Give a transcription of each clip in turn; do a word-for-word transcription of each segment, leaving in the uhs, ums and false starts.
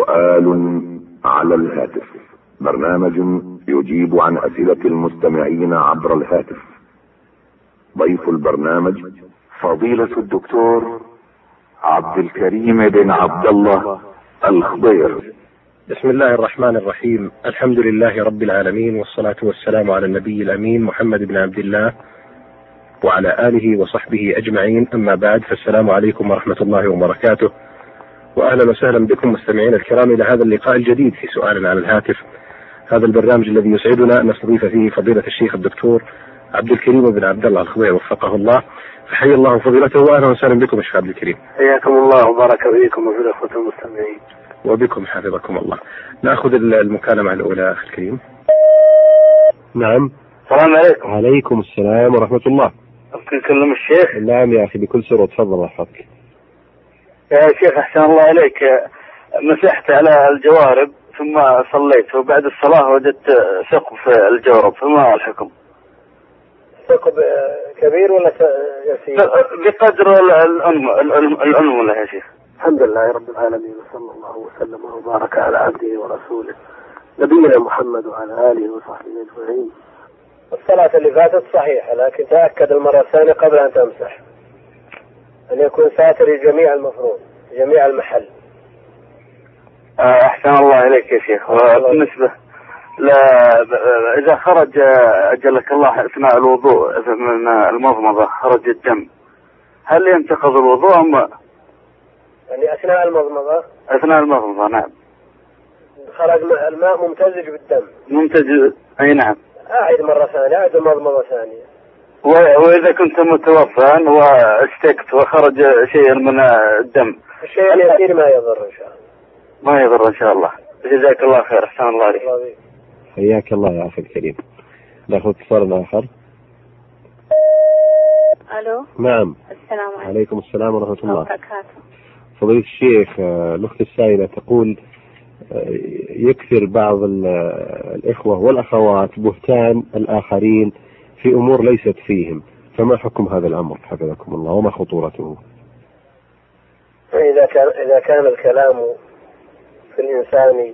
سؤال على الهاتف، برنامج يجيب عن أسئلة المستمعين عبر الهاتف. ضيف البرنامج فضيلة الدكتور عبد الكريم بن عبد الله الخضير. بسم الله الرحمن الرحيم. الحمد لله رب العالمين، والصلاة والسلام على النبي الأمين محمد بن عبد الله وعلى آله وصحبه أجمعين. أما بعد، فالسلام عليكم ورحمة الله وبركاته، وأهلا وسهلا بكم مستمعين الكرام إلى هذا اللقاء الجديد في سؤال على الهاتف، هذا البرنامج الذي يسعدنا أن نستضيف فيه فضيلة الشيخ الدكتور عبد الكريم بن عبد الله الخضير وفقه الله. فحي الله فضيلته، وأهلا وسهلا بكم الشيخ عبد الكريم. حياكم الله وبارك فيكم وفي الأخوة المستمعين. وبكم حفظكم الله. نأخذ المكالمة الأولى أخي الكريم. نعم. السلام عليكم. عليكم السلام ورحمة الله. ممكن نكلم الشيخ؟ نعم يا أخي بكل سرور، تفضل الله يحفظك. يا شيخ أحسن الله عليك، مسحت على الجوارب ثم صليت، وبعد الصلاة وجدت ثقب في الجورب، فما الحكم؟ ثقب كبير ولا يسير؟ بقدر الأنملة يا شيخ. الحمد لله رب العالمين، وصلى الله وسلم وبارك على عبده ورسوله نبينا محمد وعلى آله وصحبه أجمعين. الصلاة اللي فاتت صحيحة، لكن تأكد المرة الثانية قبل أن تمسح أن يكون ساتر جميع المفروض جميع المحل. أحسن الله إليك يا شيخ. وبالنسبة لا إذا خرج أجلك الله أثناء الوضوء من المضمضة خرج الدم، هل ينتقض الوضوء أم يعني أثناء المضمضة؟ أثناء المضمضة نعم. خرج الماء ممتزج بالدم. ممتزج أي نعم. أعيد مرة ثانية، أعيد المضمضة ثانية. وإذا كنت متوفى واستكت وخرج شيء من الدم، الشيء اليسير ما يضر إن شاء الله. ما يضر إن شاء الله. جزاك الله خير، أحسن الله عليك. حياك الله يا أخي الكريم. نأخذ اتصال آخر. ألو. نعم. السلام عليكم. عليكم السلام ورحمة الله وبركاته. فضيلة الشيخ، الأخت السائلة تقول يكثر بعض الإخوة والأخوات بهتان الآخرين في أمور ليست فيهم، فما حكم هذا الأمر حفظكم الله وما خطورته؟ إذا كان إذا كان الكلام في الإنسان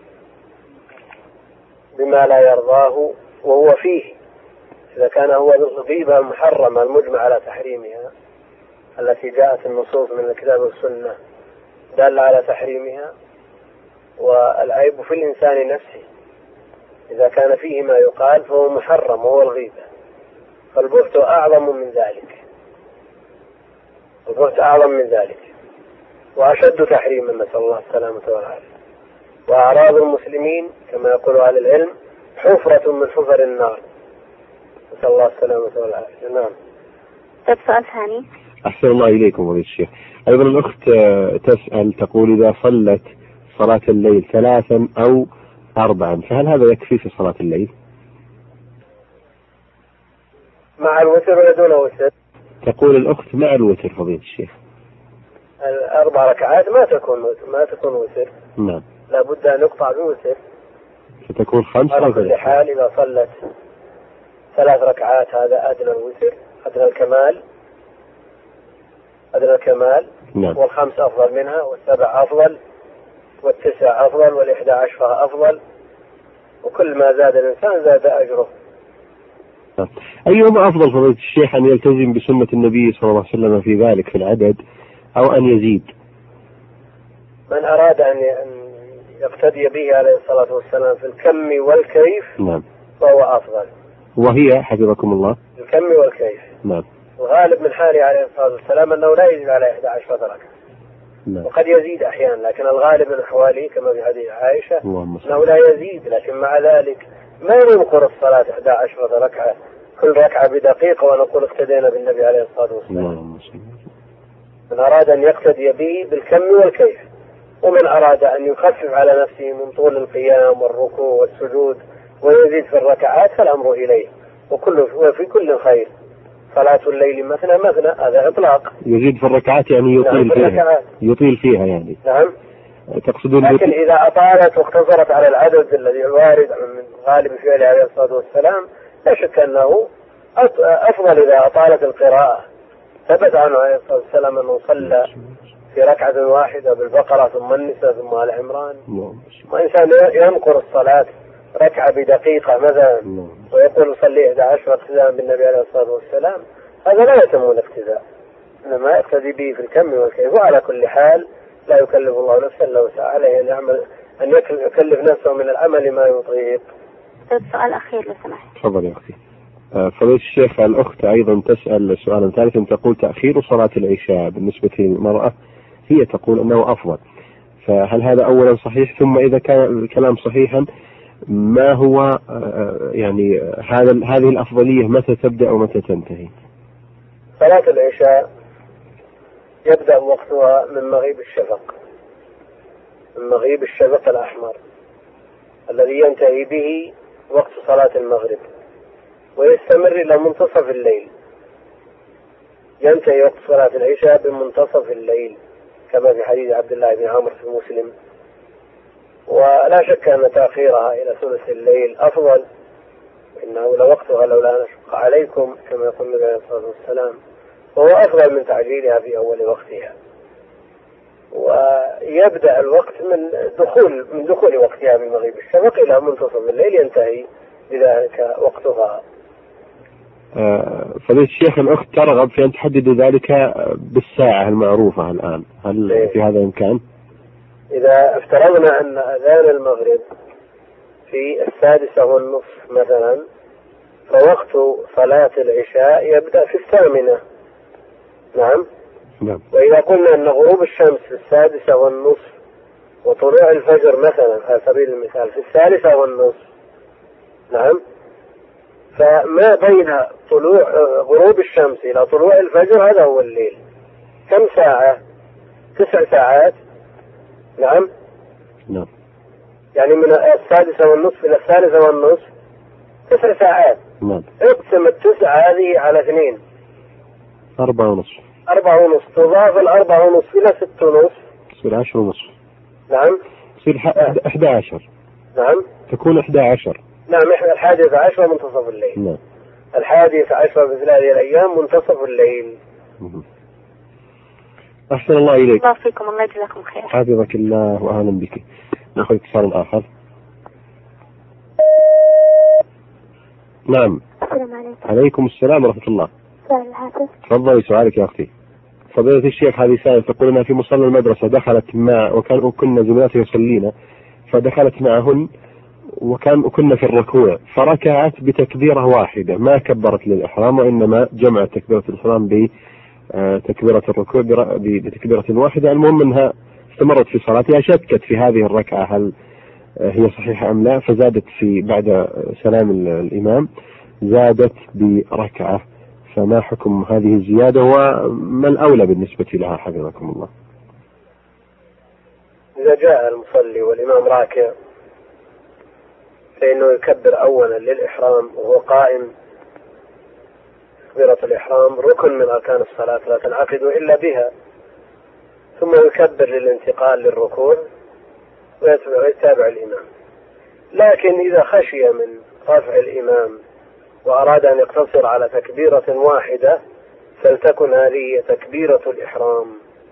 بما لا يرضاه وهو فيه، إذا كان هو الغيبة المحرمة المجمع على تحريمها التي جاءت النصوص من الكتاب والسنة دالة على تحريمها، والعيب في الإنسان نفسه إذا كان فيه ما يقال فهو محرم وهو الغيبة، فالبهت أعظم من ذلك، البهت أعظم من ذلك وأشد تحريما، نسأل الله السلامة والعافية. وأعراض المسلمين كما يقول أهل العلم حفرة من حفر النار، نسأل الله السلامة والعافية. نعم. طيب سؤال ثاني. أحسن الله إليكم ولي الشيخ. أيضا الأخت تسأل تقول إذا صلت صلاة الليل ثلاثا أو أربعا فهل هذا يكفي في صلاة الليل؟ مع الوتر ولا دون وتر؟ تقول الأخت مع الوتر فضيلة الشيخ. الأربع ركعات ما تكون ما تكون وتر. نعم. لابد أن يقطع بوتر. فتكون خمس. على كل حال إذا صلت ثلاث ركعات هذا أدنى الوتر، أدنى الكمال، أدنى الكمال. نعم. والخمس أفضل منها، والسبع أفضل، والتسع أفضل، والإحدى عشرة أفضل، وكل ما زاد الإنسان زاد أجره. أيهما أفضل فضيلة الشيخ، أن يلتزم بسنة النبي صلى الله عليه وسلم في ذلك في العدد أو أن يزيد؟ من أراد أن يقتدي به عليه الصلاة والسلام في الكم والكيف نعم فهو أفضل. وهي حفظكم الله الكم والكيف. نعم. الغالب من حاله عليه الصلاة والسلام أنه لا يزيد على إحدى عشرة ركعة. نعم. وقد يزيد أحيانا، لكن الغالب من أحواله كما في حديث عائشة أنه لا يزيد، لكن مع ذلك ما ينقر الصلاة إحدى عشرة ركعة كل ركعة بدقيقة ونقول اقتدينا بالنبي عليه الصلاة والسلام. من أراد أن يقتدي به بالكم والكيف، ومن أراد أن يخفف على نفسه من طول القيام والركوع والسجود ويزيد في الركعات فالأمر إليه، وكل وفي كل خير. صلاة الليل مثنى مثنى هذا إطلاق. يزيد في الركعات يعني يطيل نعم فيها. يطيل فيها يعني. نعم. تقصدون لكن يطيل. إذا أطالت واقتصرت على العدد الذي وارد من غالب فعله عليه الصلاة والسلام لا شك أنه أفضل إذا أطالت القراءة. ثبت عنه عليه الصلاة والسلام أنه صلى في ركعة واحدة بالبقرة ثم النساء ثم آل عمران. ما إنسان ينقر الصلاة ركعة بدقيقة مثلا ويقول صلي إحدى عشر اقتداء بالنبي عليه الصلاة والسلام، هذا لا يسمون اقتداء، إنما يقتدي به في الكم والكيف. وعلى كل حال لا يكلف الله نفسا إلا وسعها، عليه أن يعمل أن يكلف نفسه من العمل ما يطيق. سؤال أخير لو سمحت. تفضل يا أختي. فضيلة الشيخ، الأخت أيضا تسأل سؤالا ثالثا، تقول تأخير صلاة العشاء بالنسبة للمرأة هي تقول أنه أفضل، فهل هذا أولا صحيح؟ ثم إذا كان الكلام صحيحا ما هو يعني هذا هذه الأفضلية متى تبدأ ومتى تنتهي؟ صلاة العشاء يبدأ وقتها من مغيب الشفق، من مغيب الشفق الأحمر الذي ينتهي به وقت صلاة المغرب ويستمر إلى منتصف الليل. ينتهي وقت صلاة العشاء بمنتصف الليل كما في حديث عبد الله بن عمرو في مسلم. ولا شك أن تأخيرها إلى ثلث الليل أفضل، إنه لوقتها لولا نشق عليكم كما يقول النبي عليه الصلاة والسلام، وهو أفضل من تعجيلها في أول وقتها. ويبدأ الوقت من دخول من دخول وقتها بمغيب الشفق إلى منتصف الليل ينتهي بذلك وقتها. فضيلة الشيخ، الأخت ترغب في أن تحدد ذلك بالساعة المعروفة الآن، هل إيه؟ في هذا إمكان؟ إذا افترضنا أن أذان المغرب في السادسة والنصف مثلا، فوقت صلاة العشاء يبدأ في الثامنة. نعم. نعم. وإذا قلنا أن غروب الشمس في السادسة والنصف وطلوع الفجر مثلا على سبيل المثال في الثالثة والنصف، نعم، فما بين طلوع غروب الشمس إلى طلوع الفجر هذا هو الليل. كم ساعة؟ تسع ساعات. نعم. نعم. يعني من السادسة والنصف إلى الثالثة والنصف تسع ساعات. نعم. اقسم التسعة هذه على اثنين، أربعة ونصف. أربعة ونصف تضاف الأربعة ونصف إلى ست ونصف تصير عشر ونصف. نعم. تصير أحد عشر. نعم. تكون أحد عشر. نعم. إحنا الحادية عشرة منتصف الليل. نعم. الحادية عشرة مثل هذه الأيام منتصف الليل. مم. أحسن الله إليك. الله فيكم، الله يجزاكم خير. حفظك الله وأهلا بك. نأخذ اتصال آخر. نعم. السلام عليكم. عليكم السلام ورحمة الله. سؤال الهاتف. تفضلي سؤالك يا أختي. فضيلة الشيخ، هذه سائل تقول أنها في مصلى المدرسة دخلت مع وكان كنا زميلاتها يصلين، فدخلت معهن وكان كنا في الركوع فركعت بتكبيرة واحدة ما كبرت للإحرام، وإنما جمعت تكبيرة الإحرام بتكبيرة الركوع بتكبيرة واحدة. المهم أنها استمرت في صلاتها، شكت في هذه الركعة هل هي صحيحة أم لا، فزادت في بعد سلام الإمام زادت بركعة، فما حكم هذه الزيادة وما الأولى بالنسبة لها حفظكم الله؟ إذا جاء المصلي والإمام راكع فإنه يكبر أولا للإحرام وهو قائم. تكبيرة الإحرام ركن من أركان الصلاة لا تنعقد إلا بها، ثم يكبر للانتقال للركوع ويتابع الإمام. لكن إذا خشي من رفع الإمام وأراد أن يقتصر على تكبيرة واحدة فلتكن هذه تكبيرة الإحرام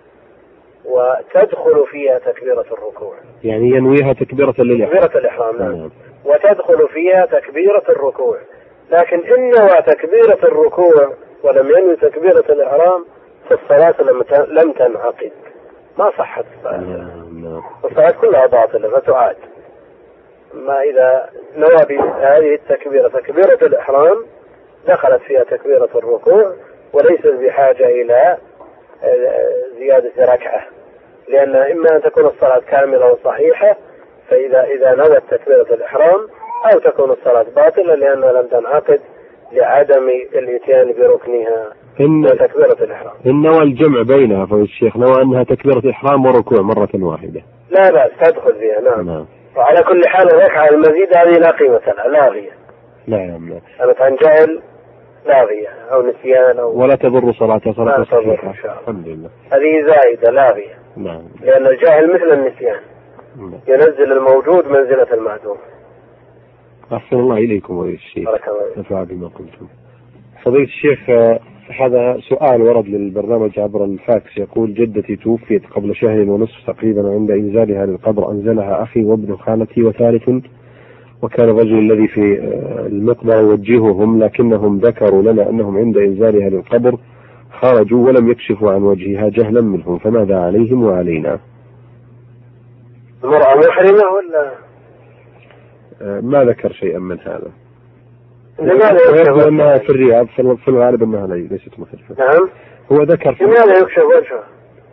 وتدخل فيها تكبيرة الركوع. يعني ينويها تكبيرة للإحرام. تكبيرة الإحرام نعم. وتدخل فيها تكبيرة الركوع. لكن إن نوى تكبيرة الركوع ولم ينوي تكبيرة الإحرام فالصلاة لم تنعقد، ما صحت الصلاة. الصلاة كلها باطلة فتعاد. ما إذا نوى بهذه التكبيرة تكبيرة الإحرام دخلت فيها تكبيرة الركوع وليست بحاجة إلى زيادة ركعة، لأن إما أن تكون الصلاة كاملة وصحيحة فإذا إذا نوت تكبيرة الإحرام، أو تكون الصلاة باطلة لأنها لم تنعقد لعدم الاتيان بركنها إن تكبيرة الإحرام. إن نوى الجمع بينها فضيلة الشيخ، نوى أنها تكبيرة إحرام وركوع مرة واحدة لا بأس تدخل فيها. نعم. نعم. وعلى كل حال الركعة المزيد هذه لا قيمة لها، لاغية. نعم. نعم. أنا عن جهل لاغية أو نسيان أو ولا تضر صلاتها صلاة صحيحة. الحمد لله. هذه زائدة لاغية. نعم. لأن الجاهل مثل النسيان. نعم. ينزل الموجود منزلة المعدوم. أحسن الله إليكم فضيلة الشيخ. بارك الله فيك. نفع بما قلتم. فضيلة الشيخ، هذا سؤال ورد للبرنامج عبر الفاكس، يقول: جدتي توفيت قبل شهر ونصف تقريبا، عند إنزالها للقبر أنزلها أخي وابن خالتي وثالث، وكان الرجل الذي في المقبرة يوجههم، لكنهم ذكروا لنا أنهم عند إنزالها للقبر خرجوا ولم يكشفوا عن وجهها جهلا منهم، فماذا عليهم وعلينا؟ المرأة محرمة ولا؟ ما ذكر شيئا من هذا. لماذا أنها في الرياض، في الغالب أنها ليست محرمة. نعم. هو ذكر في لماذا يكشف وجهه؟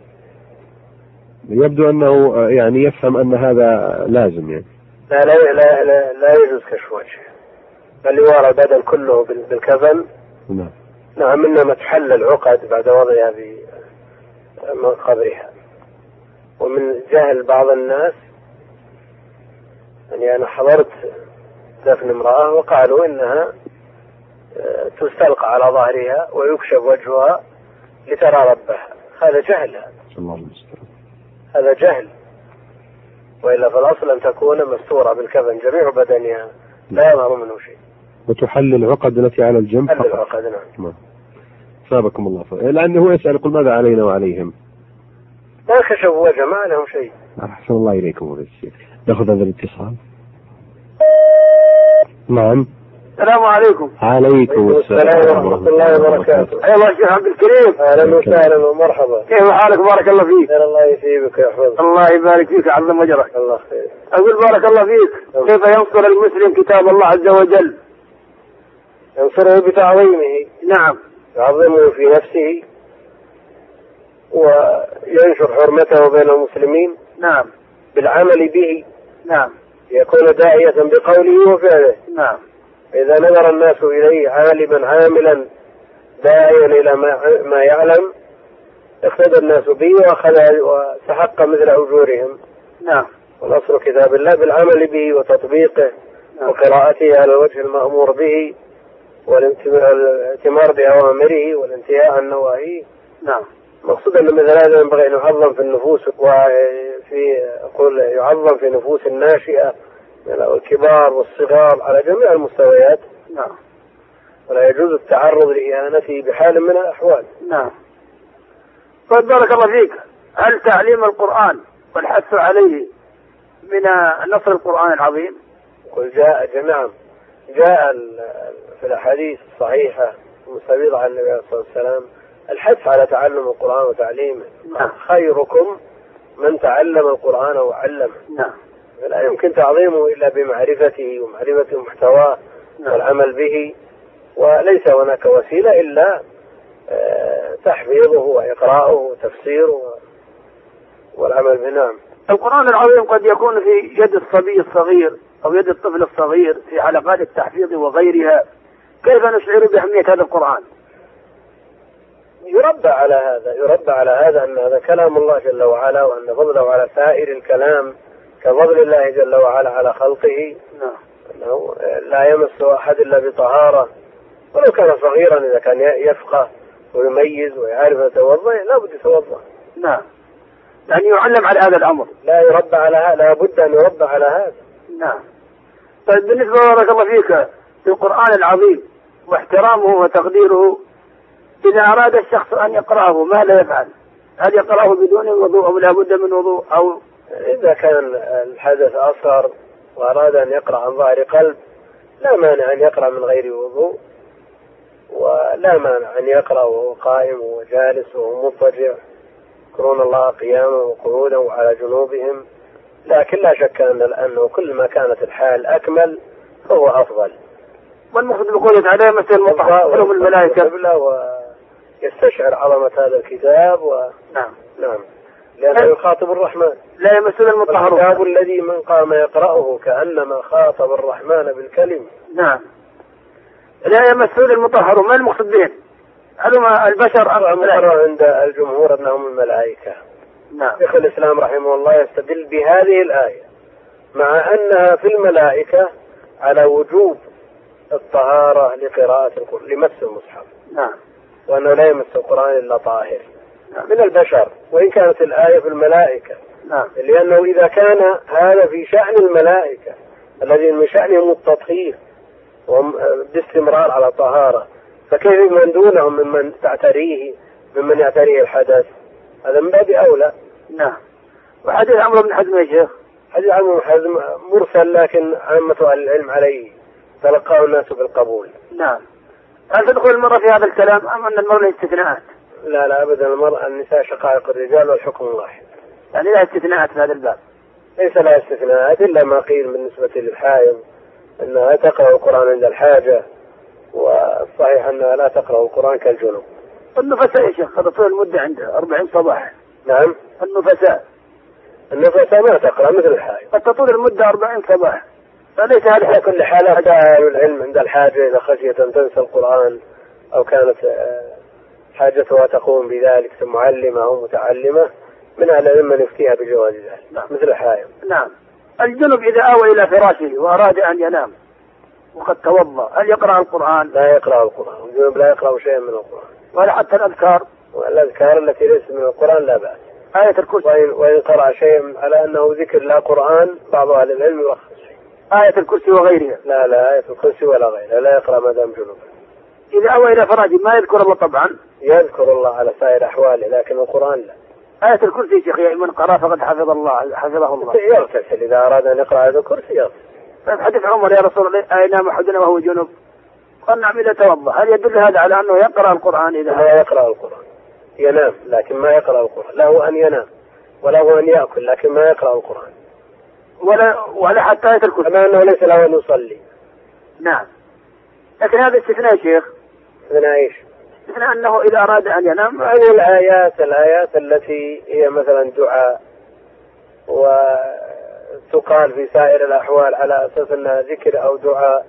يبدو أنه يعني يفهم أن هذا لازم يعني. لا لا لا لا, لا يجوز كشف وجهه، بل يوارى البدن كله بالكفن. نعم. نعم، إنما تحل العقد بعد وضعها في قبرها. ومن جهل بعض الناس، يعني أنا حضرت دفن امرأة وقالوا إنها تستلقى على ظهرها ويكشف وجهها لترى ربها. هذا جهل، هذا جهل. وإلا في الأصل أن تكون مستورة بالكفن جميع بدنها، لا يظهر منه شيء. وتحل العقد التي على الجنب فقط. العقد نعم. سابقكم الله فيه. لأنه هو يسأل يقول: ماذا علينا وعليهم؟ ما كشفوا وجه، ما لهم شيء. أحسن الله إليكم ولد الشيخ. نأخذ هذا الاتصال. نعم. السلام عليكم. عليكم السلام ورحمة الله وبركاته. أيها الشيخ عبد الكريم، أهلا وسهلا ومرحبا. كيف حالك؟ بارك الله فيك. الله يثيبك ويحفظك. الله يبارك فيك، عظم أجرك. الله خير. أقول بارك الله فيك، كيف ينصر المسلم كتاب الله عز وجل؟ ينصره بتعظيمه. نعم. يعظمه في نفسه وينشر حرمته بين المسلمين. نعم. بالعمل به. نعم. يكون داعية بقوله وفعله. نعم. إذا نظر الناس إليه عالما عاملا داعيا إلى ما يعلم اقتدى الناس به وأخذ وسحق مثل أجورهم. نعم. ونصر كتاب الله بالعمل به وتطبيقه. نعم. وقراءته على الوجه المأمور به والاتمار بأوامره والانتهاء عن نواهيه. نعم. مقصود أن مثل هذا ينبغي أن يعظم في النفوس، وفي أقول يعظم في نفوس الناشئة الكبار والصغار على جميع المستويات. نعم. ولا يجوز التعرض لإهانته بحال من الأحوال. نعم. طيب بارك الله فيك، هل تعليم القرآن والحث عليه من نصر القرآن العظيم؟ قل جاء نعم جاء في الأحاديث الصحيحة المستفيضة عن النبي صلى الله عليه وسلم الحث على تعلم القرآن وتعليمه. نعم. خيركم من تعلم القرآن وعلمه. نعم. فلا يمكن تعظيمه إلا بمعرفته ومعرفة محتواه. نعم. والعمل به، وليس هناك وسيلة إلا تحفيظه وإقراءه وتفسيره والعمل به. نعم. القرآن العظيم قد يكون في يد الصبي الصغير أو يد الطفل الصغير في حلقات التحفيظ وغيرها، كيف نشعر بأهمية هذا القرآن؟ يربى على هذا يربى على هذا أن هذا كلام الله جل وعلا، وأن فضله على سائر الكلام كفضل الله جل وعلا على خلقه. نعم. أنه لا يمس أحد إلا بطهارة، ولو كان صغيرا إذا كان يفقه ويميز ويعرف يتوضأ لا بد يتوضأ. نعم. يعني يعلم على هذا الأمر، لا يربى على هذا، لا بد أن يربى على هذا. نعم. طيب بالنسبة بارك الله فيك في القرآن العظيم واحترامه وتقديره، إذا أراد الشخص أن يقرأه ماذا يفعل؟ هل يقرأه بدون وضوء أو لا بد من وضوء؟ أو إذا كان الحدث أصغر وأراد أن يقرأ عن ظهر قلب لا مانع أن يقرأ من غير وضوء، ولا مانع أن يقرأ وهو قائم وجالس وهو مضطجع، يذكرون الله قياما وقعودا وعلى جنوبهم. لكن لا شك أن أنه كل ما كانت الحال أكمل فهو أفضل. والمقصود بقوله تعالى مثل المطهر من الملائكة ويستشعر عظمة هذا الكتاب. و... نعم. نعم. لأنه يخاطب الرحمن. لا يمسون المطهر. الكتاب الذي من قام يقرأه كأنما خاطب الرحمن بالكلم. نعم. لا يمسون المطهر، ما المقصود به؟ هل هم البشر أم عند الجمهور أنهم الملائكة. نعم. شيخ الإسلام رحمه الله يستدل بهذه الآية مع أنها في الملائكة على وجوب الطهارة لقراءة القرآن لمس المصحف. نعم. وأنه لا يمس القرآن إلا طاهر. نعم. من البشر، وإن كانت الآية في الملائكة. نعم. لأنه إذا كان هذا في شأن الملائكة الذي من شأنهم التطهير باستمرار على طهارة، فكيف من دونهم ممن تعتريه ممن يعتريه الحدث؟ هذا من باب أولى. نعم. وحديث عمرو بن حزم يا شيخ؟ حديث عمرو بن حزم مرسل، لكن عامة أهل العلم عليه تلقاه الناس بالقبول. نعم. هل تدخل المرأة في هذا الكلام أم أن المرأة استثناءات؟ لا لا أبدا، المرأة النساء شقائق الرجال والحكم واحد. يعني لا استثناءات في هذا الباب؟ ليس لها استثناءات إلا ما قيل بالنسبة للحائض أنها تقرأ القرآن عند الحاجة، والصحيح أنها لا تقرأ القرآن كالجنوب. النفساء يا شيخ هذا طول المدة عند أربعين صباح. نعم. النفساء النفساء ما تقرأ مثل الحائض، قد تطول المدة أربعين صباح، فليس هذا على كل حال. أهل العلم عند الحاجة إذا خشيت أن تنسى القرآن أو كانت حاجتها تقوم بذلك معلمة أو متعلمة، من أهل العلم من يفتيها بجواز ذلك. نعم. مثل الحائض. نعم. الجنب إذا آوى إلى فراشه وأراد أن ينام وقد توضأ هل يقرأ القرآن؟ لا يقرأ القرآن، الجنب لا يقرأ شيئا من القرآن، ولا حتى الأذكار. والأذكار التي ليست من القرآن لا بأس. آية الكرسي، وإن, وإن قرأ شيء على أنه ذكر لا قرآن بعض أهل العلم يرخص. آية الكرسي وغيرها. لا لا، آية الكرسي ولا غيرها لا يقرأ ما دام جنوبا. إذا أوى إلى فراشه ما يذكر الله طبعا؟ يذكر الله على سائر أحواله، لكن القرآن لا. آية الكرسي شيخ من قرأ فقد حفظ الله حفظه الله. يغتسل إذا أراد أن يقرأ آية الكرسي يغتسل. طيب حديث عمر يا رسول الله أينام أحدنا وهو جنوب؟ قال نعم إذا توضأ. هل يدل هذا على أنه يقرأ القرآن؟ إذا لا يقرأ القرآن، ينام لكن ما يقرأ القرآن. له أن ينام وله أن يأكل لكن ما يقرأ القرآن، ولا ولا حتى آية الكرسي، كما أنه ليس له أن يصلي. نعم. لكن هذا استثناء يا شيخ. استثناء إيش؟ استثناء أنه إذا أراد أن ينام. يعني الآيات الآيات التي هي مثلا دعاء وتقال في سائر الأحوال على أساس أنها ذكر أو دعاء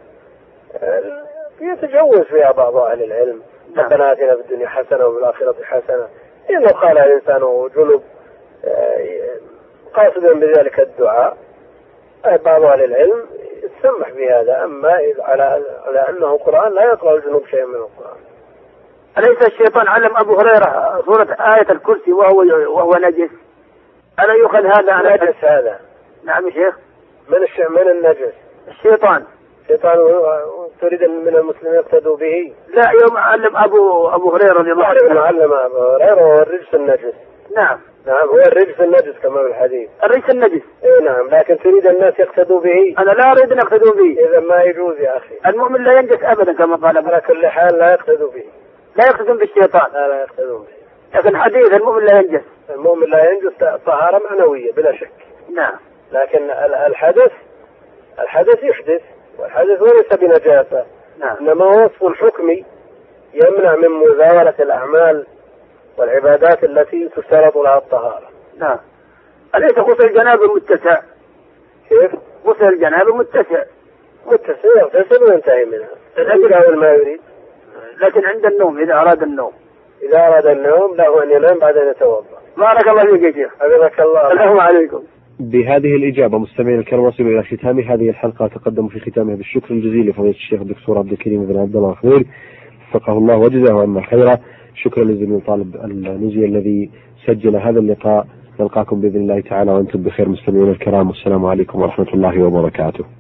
يتجوز فيها بعض أهل العلم. ربنا آتنا في الدنيا حسنة وفي الآخرة حسنة، إنه قال الإنسان جنب قاصدا بذلك الدعاء، بعض أهل العلم يسمح بهذا. أما على على أنه قرآن لا يقرأ الجنوب شيئا من القرآن. أليس الشيطان علم أبو هريرة سورة آية الكرسي وهو وهو نجس؟ ألا يؤخذ هذا على نجس هذا؟ نعم يا شيخ. من الش... من النجس؟ الشيطان. الشيطان تريد من المسلمين يقتدوا به؟ لا، يوم علم أبو أبو هريرة رضي الله عنه. علم أبو هريرة هو الرجس النجس. نعم. نعم هو الرجس النجس كما في الحديث. الرجس النجس. إيه نعم، لكن تريد الناس يقتدوا به. أنا لا أريد أن يقتدوا به. إذا ما يجوز يا أخي. المؤمن لا ينجس أبدا كما قال. على كل حال لا يقتدوا به. لا يقتدون بالشيطان. لا لا يقتدون به. لكن حديث المؤمن لا ينجس. المؤمن لا ينجس طهارة معنوية بلا شك. نعم. لكن الحدث الحدث يحدث، والحدث ليس بنجاسة. نعم. إنما وصف حكمي يمنع من مزاولة الأعمال والعبادات التي تشترط لها الطهارة. نعم. أليس غسل الجنابة متسع؟ كيف؟ غسل الجنابة متسع. متسع يغتسل وينتهي منها. لكن أول ما يريد. لكن عند النوم إذا أراد النوم. إذا أراد النوم له أن ينام بعد أن يتوضأ. بارك الله فيك يا شيخ. حفظك الله. السلام عليكم. بهذه الإجابة مستمعين الكرام وصل إلى ختام هذه الحلقة. تقدم في ختامها بالشكر الجزيل لفضيلة الشيخ الدكتور عبد الكريم بن عبد الله الخضيري وفقه الله وجزاه عنا خيرا. شكرا للزميل طالب النجي الذي سجل هذا اللقاء. نلقاكم بإذن الله تعالى وأنتم بخير مستمعين الكرام، والسلام عليكم ورحمة الله وبركاته.